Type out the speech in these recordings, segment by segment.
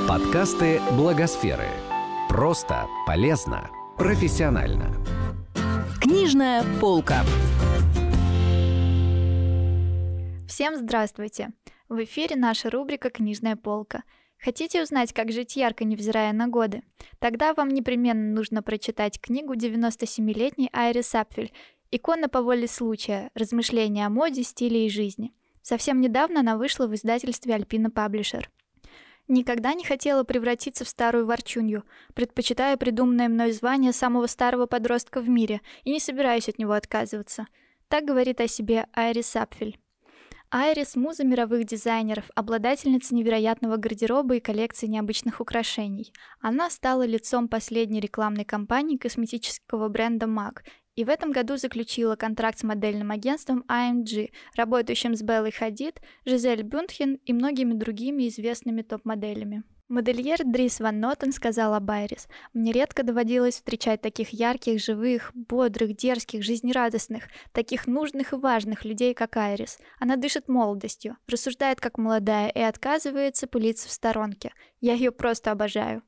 Подкасты Благосферы. Просто, полезно, профессионально. Книжная полка. Всем здравствуйте! В эфире наша рубрика «Книжная полка». Хотите узнать, как жить ярко, невзирая на годы? Тогда вам непременно нужно прочитать книгу 97-летней Айрис Апфель «Икона по воле случая. Размышления о моде, стиле и жизни». Совсем недавно она вышла в издательстве Alpina Publisher. Никогда не хотела превратиться в старую ворчунью, предпочитая придуманное мной звание самого старого подростка в мире и не собираюсь от него отказываться. Так говорит о себе Айрис Апфель. Айрис – муза мировых дизайнеров, обладательница невероятного гардероба и коллекции необычных украшений. Она стала лицом последней рекламной кампании косметического бренда MAC и в этом году заключила контракт с модельным агентством IMG, работающим с Беллой Хадид, Жизель Бюндхен и многими другими известными топ-моделями. Модельер Дрис Ван Нотен сказал об Айрис: «Мне редко доводилось встречать таких ярких, живых, бодрых, дерзких, жизнерадостных, таких нужных и важных людей, как Айрис. Она дышит молодостью, рассуждает как молодая и отказывается пылиться в сторонке. Я ее просто обожаю».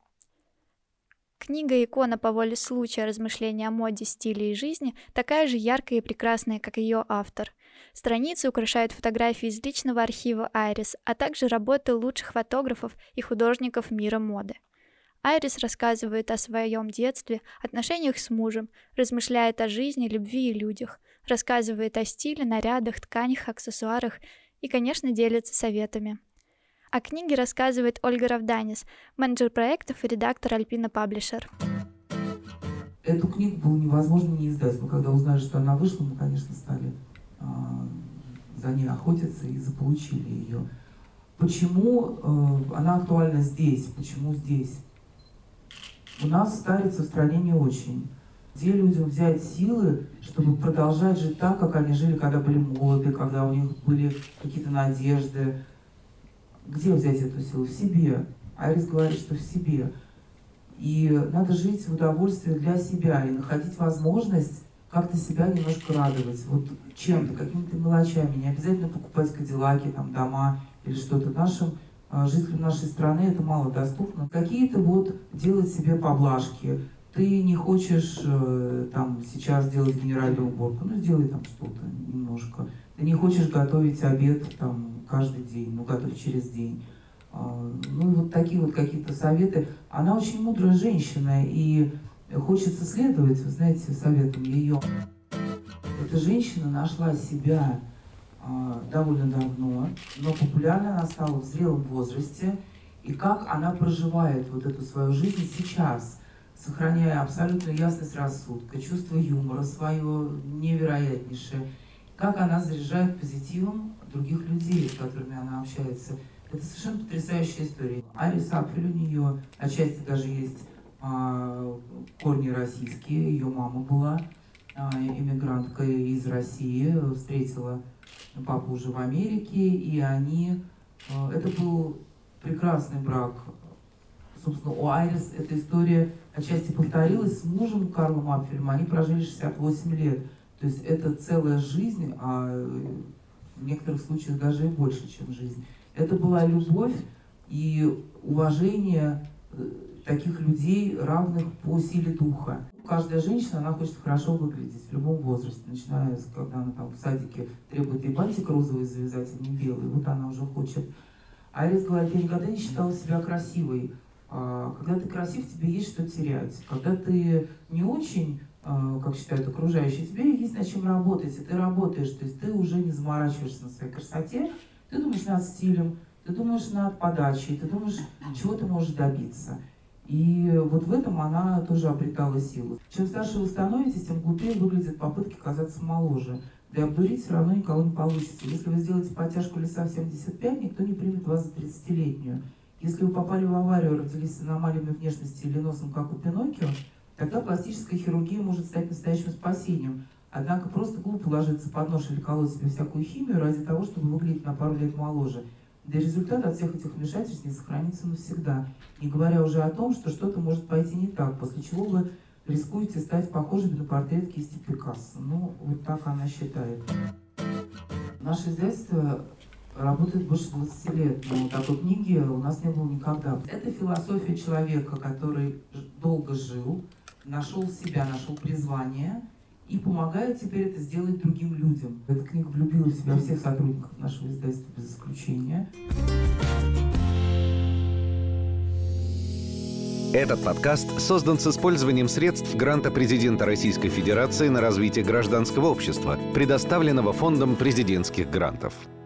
Книга «Икона по воле случая. Размышления о моде, стиле и жизни» такая же яркая и прекрасная, как ее автор. Страницы украшают фотографии из личного архива Айрис, а также работы лучших фотографов и художников мира моды. Айрис рассказывает о своем детстве, отношениях с мужем, размышляет о жизни, любви и людях, рассказывает о стиле, нарядах, тканях, аксессуарах и, конечно, делится советами. О книге рассказывает Ольга Равданис, менеджер проектов и редактор Alpina Publisher. Эту книгу было невозможно не издать. Мы когда узнали, что она вышла, мы, конечно, стали за ней охотиться и заполучили ее. Почему она актуальна здесь? Почему здесь? У нас старится в стране не очень. Где людям взять силы, чтобы продолжать жить так, как они жили, когда были молоды, когда у них были какие-то надежды? Где взять эту силу? В себе. Айрис говорит, что в себе. И надо жить в удовольствии для себя и находить возможность как-то себя немножко радовать. Вот чем-то, какими-то мелочами. Не обязательно покупать кадиллаки, там, дома или что-то. Нашим жителям нашей страны это мало доступно. Какие-то вот делать себе поблажки. Ты не хочешь там сейчас делать генеральную уборку, ну сделай там что-то немножко. Ты не хочешь готовить обед там каждый день, ну готовь через день. Ну вот такие вот какие-то советы. Она очень мудрая женщина, и хочется следовать, вы знаете, советам ее. Эта женщина нашла себя довольно давно, но популярной она стала в зрелом возрасте. И как она проживает вот эту свою жизнь сейчас, сохраняя абсолютную ясность рассудка, чувство юмора свое невероятнейшее, как она заряжает позитивом других людей, с которыми она общается. Это совершенно потрясающая история. Айрис Апфель, у нее отчасти даже есть корни российские. Ее мама была иммигрантка из России, встретила папу уже в Америке, и они... Это был прекрасный брак. Собственно, у Айрис эта история отчасти повторилась с мужем Карлом Апфелем. Они прожили 68 лет. То есть это целая жизнь, а в некоторых случаях даже и больше, чем жизнь. Это была любовь и уважение таких людей, равных по силе духа. Каждая женщина, она хочет хорошо выглядеть в любом возрасте, начиная с, когда она там в садике требует ей бантик розовый завязать, а не белый. Вот она уже хочет. Айрис говорит: я никогда не считала себя красивой. Когда ты красив, тебе есть что терять. Когда ты не очень, как считают окружающие, тебе есть над чем работать, и ты работаешь, то есть ты уже не заморачиваешься на своей красоте, ты думаешь над стилем, ты думаешь над подачей, ты думаешь, чего ты можешь добиться. И вот в этом она тоже обретала силу. Чем старше вы становитесь, тем глупее выглядят попытки казаться моложе. Да и обдурить все равно никого не получится. Если вы сделаете подтяжку лица в 75, никто не примет вас за 30-летнюю. Если вы попали в аварию, родились с аномалиями внешности или носом, как у Пиноккио, тогда пластическая хирургия может стать настоящим спасением. Однако просто глупо ложиться под нож или колоть себе всякую химию ради того, чтобы выглядеть на пару лет моложе. Да и результат от всех этих вмешательств не сохранится навсегда. Не говоря уже о том, что что-то может пойти не так, после чего вы рискуете стать похожими на портрет кисти Пикассо. Ну, вот так она считает. Наше издательство работает больше 20 лет, но такой книги у нас не было никогда. Это философия человека, который долго жил, нашел себя, нашел призвание и помогает теперь это сделать другим людям. Эта книга влюбила в себя всех сотрудников нашего издательства без исключения. Этот подкаст создан с использованием средств гранта президента Российской Федерации на развитие гражданского общества, предоставленного Фондом президентских грантов.